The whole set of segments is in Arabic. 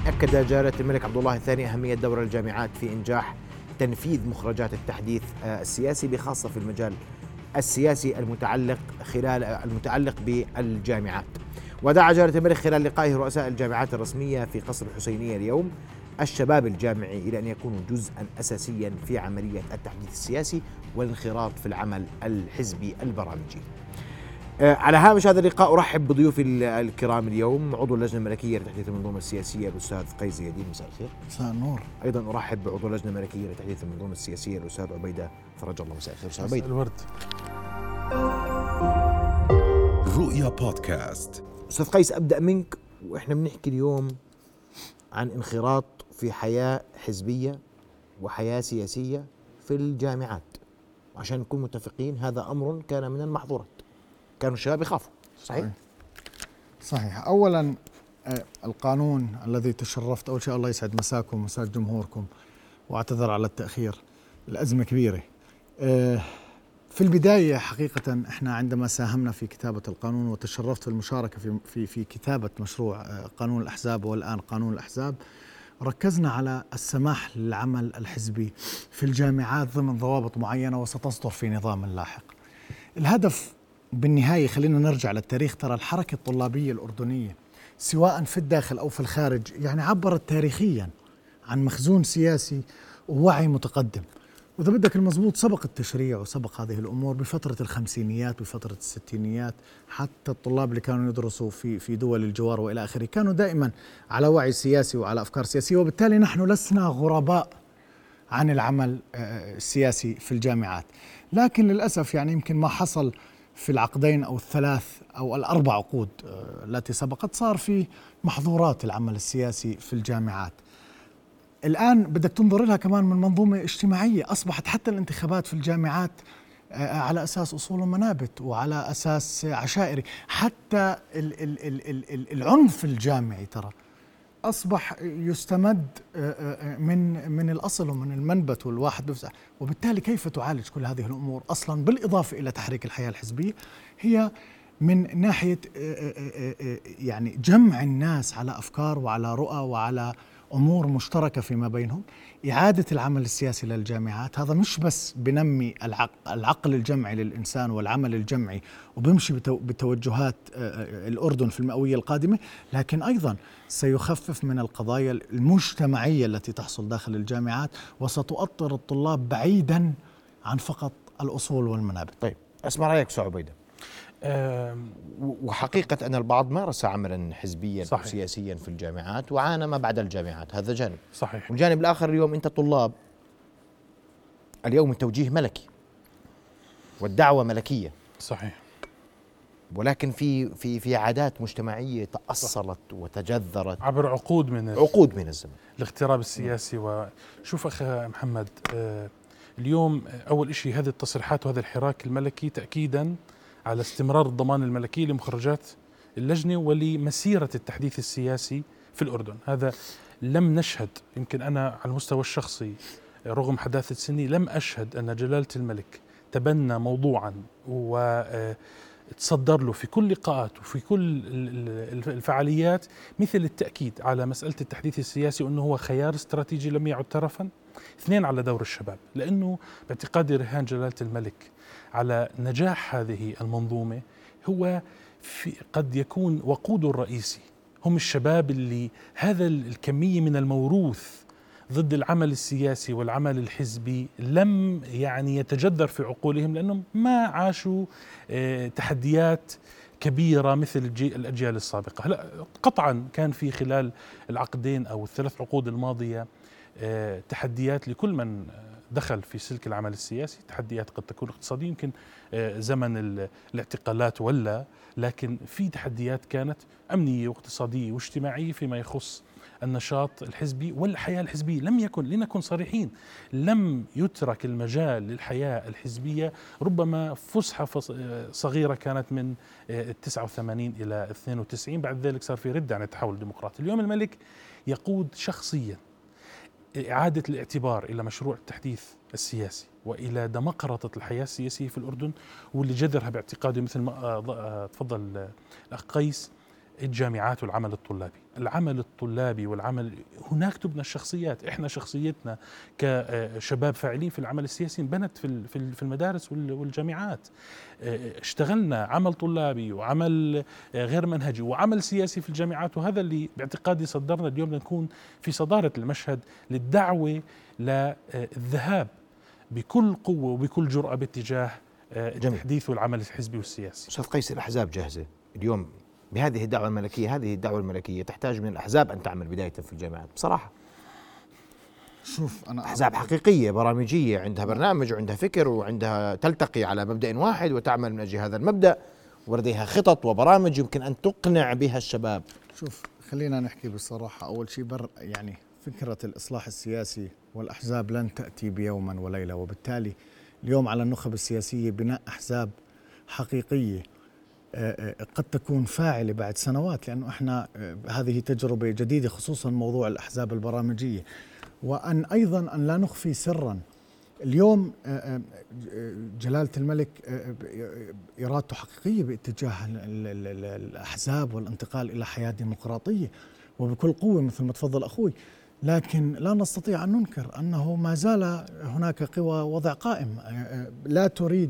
أكد جلالة الملك عبد الله الثاني أهمية دور الجامعات في إنجاح تنفيذ مخرجات التحديث السياسي، بخاصة في المجال السياسي المتعلق بالجامعات. ودعا جلالة الملك خلال لقائه رؤساء الجامعات الرسمية في قصر الحسينية اليوم الشباب الجامعي إلى أن يكونوا جزءا أساسيا في عملية التحديث السياسي والانخراط في العمل الحزبي البرامجي. على هامش هذا اللقاء أرحب بضيوفي الكرام اليوم عضو اللجنة الملكية لتحديث المنظومة السياسية الأستاذ قيس زيادين، مساء الخير. مساء النور. أيضا أرحب بعضو اللجنة الملكية لتحديث المنظومة السياسية الأستاذ عبيدة فرج الله، مساء الخير. مساء الورد. رؤيا بودكاست. أستاذ قيس، أبدأ منك، وإحنا بنحكي اليوم عن انخراط في حياة حزبية وحياة سياسية في الجامعات، وعشان نكون متفقين هذا أمر كان من المحظورات، كانوا الشباب يخافوا. صحيح. أولا القانون الذي تشرفت، أول شيء الله يسعد مساكم ومساء جمهوركم، وأعتذر على التأخير، الأزمة كبيرة. في البداية حقيقة احنا عندما ساهمنا في كتابة القانون وتشرفت في المشاركة في كتابة مشروع قانون الأحزاب والآن قانون الأحزاب، ركزنا على السماح للعمل الحزبي في الجامعات ضمن ضوابط معينة وستصدر في نظام لاحق. الهدف بالنهاية، خلينا نرجع للتاريخ، ترى الحركة الطلابية الأردنية سواء في الداخل أو في الخارج يعني عبرت تاريخيا عن مخزون سياسي ووعي متقدم، وإذا بدك المضبوط سبق التشريع وسبق هذه الأمور بفترة الخمسينيات بفترة الستينيات. حتى الطلاب اللي كانوا يدرسوا في دول الجوار وإلى آخره كانوا دائما على وعي سياسي وعلى أفكار سياسية، وبالتالي نحن لسنا غرباء عن العمل السياسي في الجامعات. لكن للأسف يعني يمكن ما حصل في العقدين أو الثلاث أو الأربع عقود التي سبقت صار في محظورات العمل السياسي في الجامعات. الآن بدك تنظر لها كمان من منظومة اجتماعية، أصبحت حتى الانتخابات في الجامعات على أساس أصول ومنابت وعلى أساس عشائري. حتى العنف الجامعي ترى أصبح يستمد من الأصل ومن المنبت والواحد بفزع. وبالتالي كيف تعالج كل هذه الأمور أصلا، بالإضافة إلى تحريك الحياة الحزبية، هي من ناحية يعني جمع الناس على أفكار وعلى رؤى وعلى أمور مشتركة فيما بينهم. إعادة العمل السياسي للجامعات هذا مش بس بنمي العقل الجمعي للإنسان والعمل الجمعي وبمشي بتوجهات الأردن في المئوية القادمة، لكن أيضا سيخفف من القضايا المجتمعية التي تحصل داخل الجامعات وستؤطر الطلاب بعيدا عن فقط الأصول والمنابت. طيب، أسمع رأيك أستاذ عبيدة. وحقيقة أن البعض مارس عملا حزبيا صحيح. وسياسيا في الجامعات وعانى ما بعد الجامعات، هذا جانب. صحيح. والجانب الآخر اليوم أنت طلاب، اليوم التوجيه ملكي والدعوة ملكية. صحيح. ولكن في عادات مجتمعية تأصلت وتجذرت عبر عقود من الزمن، الاغتراب السياسي. وشوف أخ محمد، اليوم أول إشي هذه التصريحات وهذا الحراك الملكي تأكيدا على استمرار الضمان الملكي لمخرجات اللجنة ولمسيرة التحديث السياسي في الأردن. هذا لم نشهد، يمكن أنا على المستوى الشخصي رغم حداثة سني لم أشهد أن جلالة الملك تبنى موضوعا وتصدر له في كل لقاءات وفي كل الفعاليات مثل التأكيد على مسألة التحديث السياسي وأنه هو خيار استراتيجي لم يعد ترفا. اثنين، على دور الشباب، لأنه باعتقادي رهان جلالة الملك على نجاح هذه المنظومة هو قد يكون وقوده الرئيسي هم الشباب، اللي هذا الكمية من الموروث ضد العمل السياسي والعمل الحزبي لم يعني يتجذر في عقولهم، لأنهم ما عاشوا تحديات كبيرة مثل الأجيال السابقة. هلا قطعا كان في خلال العقدين أو الثلاث عقود الماضية تحديات لكل من دخل في سلك العمل السياسي، تحديات قد تكون اقتصادية، يمكن زمن الاعتقالات ولا، لكن في تحديات كانت أمنية واقتصادية واجتماعية فيما يخص النشاط الحزبي والحياة الحزبية. لنكن صريحين، لم يترك المجال للحياة الحزبية، ربما فسحة صغيرة كانت من 89 إلى 92، بعد ذلك صار في رد عن التحول الديمقراطي. اليوم الملك يقود شخصيا إعادة الاعتبار إلى مشروع التحديث السياسي وإلى دمقرطة الحياة السياسية في الأردن، واللي جذرها باعتقادي مثل ما تفضل الأخ قيس الجامعات والعمل الطلابي. العمل الطلابي والعمل هناك تبنى الشخصيات. احنا شخصيتنا كشباب فاعلين في العمل السياسي انبنت في المدارس والجامعات. اشتغلنا عمل طلابي وعمل غير منهجي وعمل سياسي في الجامعات، وهذا اللي باعتقادي صدرنا اليوم لنكون في صدارة المشهد للدعوة للذهاب بكل قوة وبكل جرأة باتجاه التحديث والعمل الحزبي والسياسي. أستاذ قيس، الأحزاب جاهزة اليوم بهذه الدعوة الملكية؟ هذه الدعوة الملكية تحتاج من الأحزاب أن تعمل بداية في الجامعات بصراحة. شوف، أنا أحزاب حقيقية برامجية عندها برنامج وعندها فكر وعندها تلتقي على مبدأ واحد وتعمل من أجل هذا المبدأ، ولديها خطط وبرامج يمكن أن تقنع بها الشباب. شوف، خلينا نحكي بصراحة. أول شيء يعني فكرة الإصلاح السياسي والأحزاب لن تأتي بيوما وليلة، وبالتالي اليوم على النخب السياسية بناء أحزاب حقيقية قد تكون فاعلة بعد سنوات، لأنه إحنا هذه تجربة جديدة، خصوصا موضوع الأحزاب البرامجية. وأن أيضا أن لا نخفي سرا، اليوم جلالة الملك إرادته حقيقية باتجاه الأحزاب والانتقال إلى حياة ديمقراطية وبكل قوة مثل ما تفضل أخوي، لكن لا نستطيع أن ننكر أنه ما زال هناك قوى وضع قائم لا تريد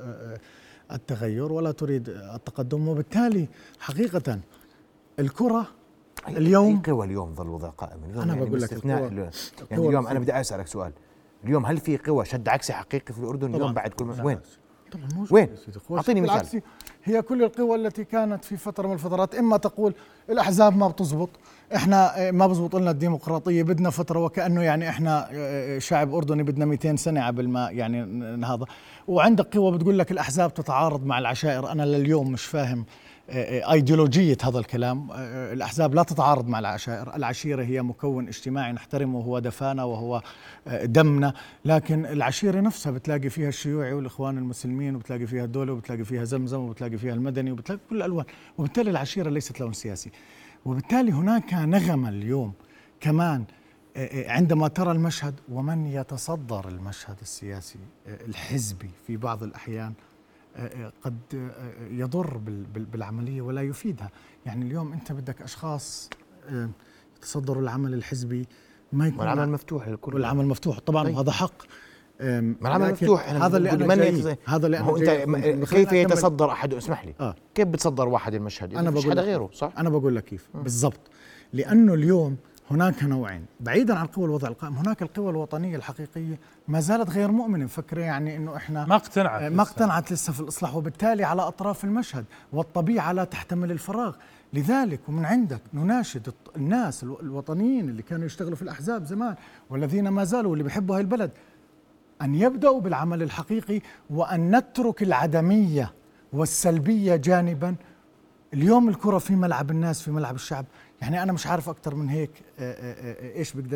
التغير ولا تريد التقدم، وبالتالي حقيقة الكرة اليوم قوى اليوم ظل وضع قائم. أنا بقول لك يعني اليوم أنا بدي أسألك سؤال، اليوم هل في قوى شد عكسي حقيقي في الأردن اليوم بعد كل وين؟ طبعا وين؟ أعطيني مثال. هي كل القوى التي كانت في فترة من الفترات إما تقول الأحزاب ما بتزبط، إحنا ما بزبط لنا الديمقراطية، بدنا فترة، وكأنه يعني إحنا شعب أردني بدنا 200 سنة قبل ما يعني هذا. وعندك قوى بتقول لك الأحزاب تتعارض مع العشائر. أنا لليوم مش فاهم أيديولوجية هذا الكلام. الأحزاب لا تتعارض مع العشائر، العشيرة هي مكون اجتماعي نحترمه وهو دفانا وهو دمنا، لكن العشيرة نفسها بتلاقي فيها الشيوعي والإخوان المسلمين، وبتلاقي فيها الدولة، وبتلاقي فيها زمزم، وبتلاقي فيها المدني، وبتلاقي كل الألوان، وبالتالي العشيرة ليست لون سياسي. وبالتالي هناك نغمة اليوم كمان عندما ترى المشهد ومن يتصدر المشهد السياسي الحزبي في بعض الأحيان قد يضر بالعملية ولا يفيدها. يعني اليوم أنت بدك أشخاص يتصدروا العمل الحزبي ما يكون والعمل مفتوح للكل، والعمل مفتوح طبعا. طيب. وهذا حق، العمل مفتوح. هذا اللي أنا جاي، هذا اللي أنا جاي. كيف يتصدر أحد؟ اسمح لي كيف بتصدر واحد المشهد؟ أنا بقول حدا غيره، صح؟ أنا بقول لك كيف بالضبط. لأنه اليوم هناك نوعين بعيدا عن قوى الوضع القائم. هناك القوى الوطنية الحقيقية ما زالت غير مؤمنة، مفكرة يعني إنه إحنا ما اقتنعت لسه في الإصلاح، وبالتالي على أطراف المشهد، والطبيعة لا تحتمل الفراغ. لذلك ومن عندك نناشد الناس الوطنيين اللي كانوا يشتغلوا في الأحزاب زمان والذين ما زالوا واللي بيحبوا هاي البلد أن يبدأوا بالعمل الحقيقي، وأن نترك العدمية والسلبية جانبا. اليوم الكرة في ملعب الناس، في ملعب الشعب. يعني أنا مش عارف أكتر من هيك إيش بقدر.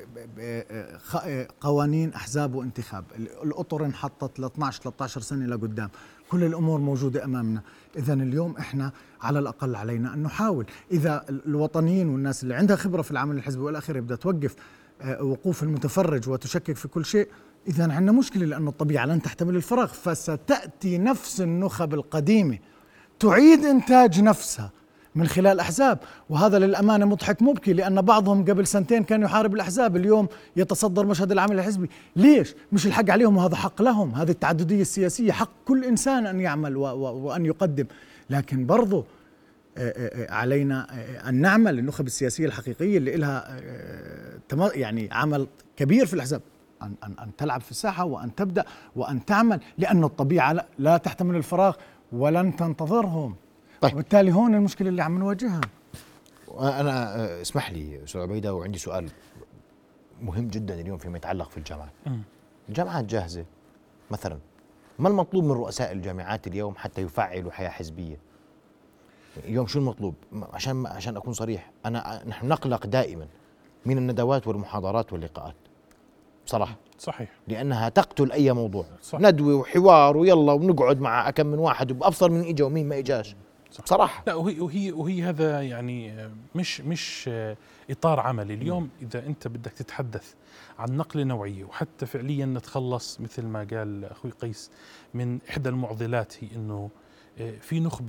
قوانين أحزاب وانتخاب، الأطر انحطت ل 12-13 سنة لقدام، كل الأمور موجودة أمامنا. إذن اليوم إحنا على الأقل علينا أن نحاول. إذا الوطنيين والناس اللي عندها خبرة في العمل الحزبي والآخر بدها توقف وقوف المتفرج وتشكك في كل شيء، إذن عندنا مشكلة، لأن الطبيعة لن تحتمل الفراغ. فستأتي نفس النخب القديمة تعيد إنتاج نفسها من خلال أحزاب. وهذا للأمانة مضحك مبكي، لأن بعضهم قبل سنتين كان يحارب الأحزاب، اليوم يتصدر مشهد العمل الحزبي. ليش؟ مش الحق عليهم، وهذا حق لهم. هذه التعددية السياسية حق كل إنسان أن يعمل وأن يقدم، لكن برضو علينا أن نعمل النخب السياسية الحقيقية اللي لها يعني عمل كبير في الأحزاب أن تلعب في الساحة وأن تبدأ وأن تعمل، لأن الطبيعة لا تحتمل الفراغ ولن تنتظرهم. طيب. وبالتالي هون المشكلة اللي عم نواجهها. أنا اسمح لي أستاذ عبيدة، وعندي سؤال مهم جدا اليوم فيما يتعلق في الجامعات. الجامعات جاهزة مثلا، ما المطلوب من رؤساء الجامعات اليوم حتى يفعلوا حياة حزبية؟ اليوم شو المطلوب؟ عشان أكون صريح، نحن نقلق دائما من الندوات والمحاضرات واللقاءات بصراحة. صحيح. لأنها تقتل أي موضوع. صح. ندوي وحوار ويلا ونقعد مع كم من واحد وبأبصر من إجا ومين ما إجاش. بصراحة لا، وهي هذا يعني مش إطار عملي. اليوم إذا أنت بدك تتحدث عن نقلة نوعية وحتى فعليا نتخلص مثل ما قال أخوي قيس من إحدى المعضلات، هي إنه في نخبة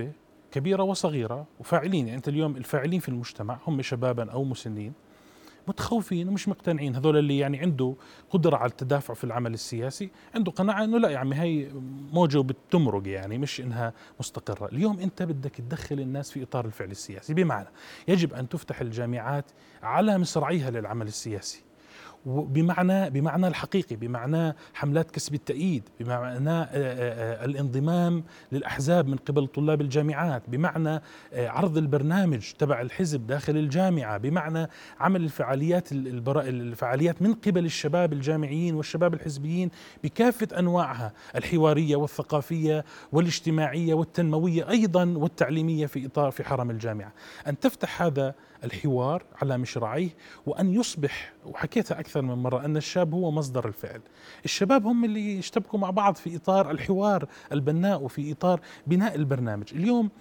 كبيرة وصغيرة وفاعلين. يعني أنت اليوم الفاعلين في المجتمع هم شبابا أو مسنين متخوفين ومش مقتنعين. هذول اللي يعني عنده قدرة على التدافع في العمل السياسي عنده قناعة انه لا يا عمي هي موجة وبتمرق، يعني مش انها مستقرة. اليوم انت بدك تدخل الناس في اطار الفعل السياسي، بمعنى يجب ان تفتح الجامعات على مصراعيها للعمل السياسي، بمعنى الحقيقي، بمعنى حملات كسب التأييد، بمعنى الانضمام للأحزاب من قبل طلاب الجامعات، بمعنى عرض البرنامج تبع الحزب داخل الجامعة، بمعنى عمل الفعاليات من قبل الشباب الجامعيين والشباب الحزبيين بكافة أنواعها، الحوارية والثقافية والاجتماعية والتنموية أيضا والتعليمية في حرم الجامعة. أن تفتح هذا الحوار على مشراعيه، وأن يصبح، وحكيتها أكثر من مرة، أن الشاب هو مصدر الفعل. الشباب هم اللي يشتبكوا مع بعض في إطار الحوار البناء وفي إطار بناء البرنامج. اليوم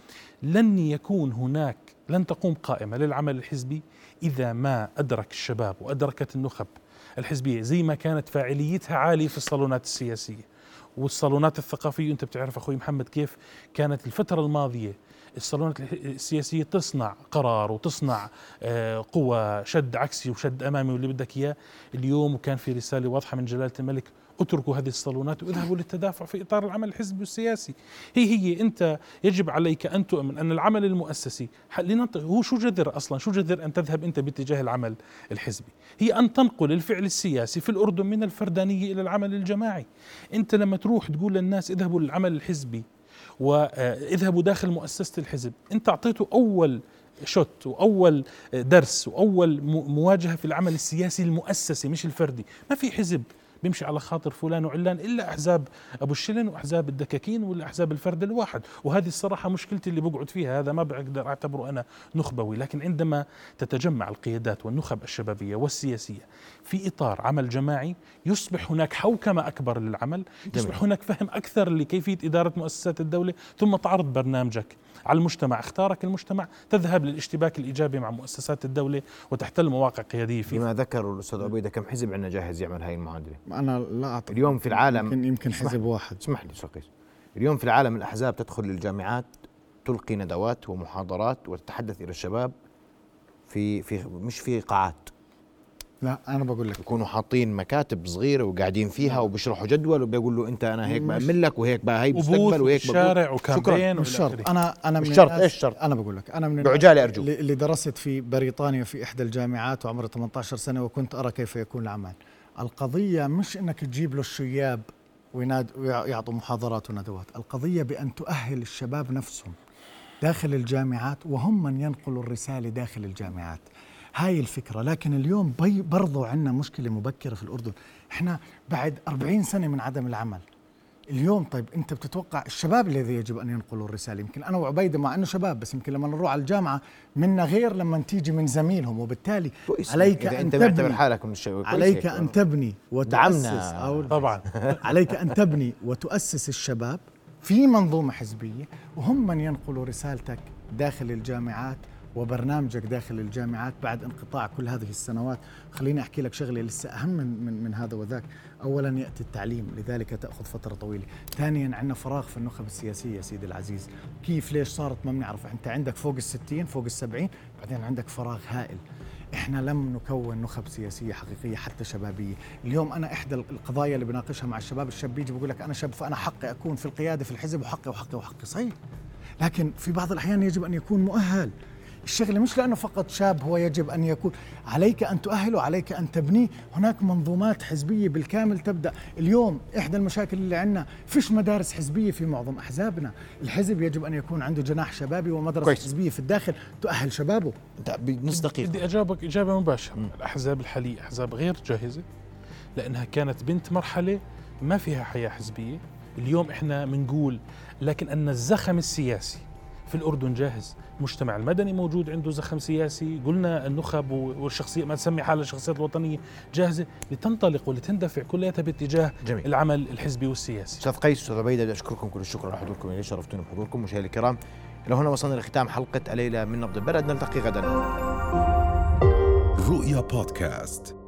لن تقوم قائمة للعمل الحزبي إذا ما أدرك الشباب وأدركت النخب الحزبية، زي ما كانت فاعليتها عالية في الصالونات السياسية والصالونات الثقافية. أنت بتعرف أخوي محمد كيف كانت الفترة الماضية الصالونات السياسية تصنع قرار وتصنع قوة شد عكسي وشد أمامي واللي بدك إياه. اليوم وكان في رسالة واضحة من جلالة الملك: اتركوا هذه الصالونات واذهبوا للتدافع في إطار العمل الحزبي والسياسي. هي أنت يجب عليك أن تؤمن أن العمل المؤسسي هو شو جذر أن تذهب أنت باتجاه العمل الحزبي؟ هي أن تنقل الفعل السياسي في الأردن من الفردانية إلى العمل الجماعي. أنت لما تروح تقول للناس اذهبوا للعمل الحزبي واذهبوا داخل مؤسسة الحزب، أنت أعطيته أول شوت وأول درس وأول مواجهة في العمل السياسي المؤسسي مش الفردي. ما في حزب بيمشي على خاطر فلان وعلان إلا أحزاب أبو الشلن وأحزاب الدكاكين ولا أحزاب الفرد الواحد. وهذه الصراحة مشكلتي اللي بقعد فيها، هذا ما بقدر أعتبره أنا نخبوي. لكن عندما تتجمع القيادات والنخب الشبابية والسياسية في إطار عمل جماعي يصبح هناك حوكمة أكبر للعمل، يصبح هناك فهم أكثر لكيفية إدارة مؤسسات الدولة، ثم تعرض برنامجك على المجتمع. اختارك المجتمع، تذهب للاشتباك الإيجابي مع مؤسسات الدولة وتحتل مواقع قيادية فيه. لما ذكر الأستاذ عبيدة، كم حزب عندنا جاهز يعمل هاي المعادلة؟ أنا لا أعتقد. اليوم في العالم يمكن حزب واحد. اسمح لي شقيس، اليوم في العالم الأحزاب تدخل للجامعات، تلقي ندوات ومحاضرات وتتحدث إلى الشباب مش في قاعات. لا أنا بقول لك يكونوا حاطين مكاتب صغيرة وقاعدين فيها وبيشرحوا جدول وبيقول له أنت أنا هيك بأمن لك وهيك بقى هي بستقبل وهيك بالشارع وكامبين. مش شرط. أنا من الشرط إيش شرط؟ أنا بقول لك أنا من بعجالة أرجو اللي درست في بريطانيا في إحدى الجامعات وعمري 18 سنة، وكنت أرى كيف يكون العمل. القضية مش إنك تجيب له الشياب ويعطوا محاضرات وندوات، القضية بأن تؤهل الشباب نفسهم داخل الجامعات وهم من ينقلوا الرسالة داخل الجامعات. هاي الفكرة. لكن اليوم برضو عندنا مشكلة مبكرة في الأردن. إحنا بعد 40 سنة من عدم العمل. اليوم طيب أنت بتتوقع الشباب الذي يجب أن ينقلوا الرسالة؟ يمكن أنا وعبيدة مع أنه شباب، بس يمكن لما نروح على الجامعة منا غير لما تيجي من زميلهم، وبالتالي عليك أن تبني حالك من عليك أن تبني وتأسس طبعا عليك أن تبني وتؤسس الشباب في منظومة حزبية، وهم من ينقلوا رسالتك داخل الجامعات وبرنامجك داخل الجامعات بعد انقطاع كل هذه السنوات. خليني أحكي لك شغلة لسه أهم من هذا وذاك. أولا يأتي التعليم، لذلك تأخذ فترة طويلة. ثانيا عندنا فراغ في النخب السياسية يا سيدي العزيز. كيف ليش صارت ما بنعرف. أنت عندك فوق 60 فوق 70، بعدين عندك فراغ هائل. إحنا لم نكون نخب سياسية حقيقية حتى شبابية. اليوم أنا إحدى القضايا اللي بناقشها مع الشباب، الشاب بيجي بيقول لك أنا شاب فأنا حقي أكون في القيادة في الحزب وحقي صحيح، لكن في بعض الأحيان يجب أن يكون مؤهل. الشغلة مش لأنه فقط شاب هو يجب أن يكون، عليك أن تؤهله، عليك أن تبنيه. هناك منظومات حزبية بالكامل تبدأ. اليوم إحدى المشاكل اللي عندنا فيش مدارس حزبية في معظم أحزابنا. الحزب يجب أن يكون عنده جناح شبابي ومدرسة حزبية في الداخل تؤهل شبابه. بنص دقيقة بدي أجاوبك إجابة مباشرة. الأحزاب الحالية أحزاب غير جاهزة، لأنها كانت بنت مرحلة ما فيها حياة حزبية. اليوم إحنا منقول لكن أن الزخم السياسي في الأردن جاهز. المجتمع المدني موجود عنده زخم سياسي، قلنا النخب والشخصية ما تسمي حالها الشخصيات الوطنية جاهزة لتنطلق ولتندفع كلها باتجاه جميل. العمل الحزبي والسياسي. أستاذ قيس، أستاذ عبيدة، بدي أشكركم كل الشكر على حضوركم، اللي شرفتونا بحضوركم. مشاهدينا الكرام، إلى هنا وصلنا لختام حلقة الليلة من نبض البلد. نلتقي غدا. رؤيا بودكاست.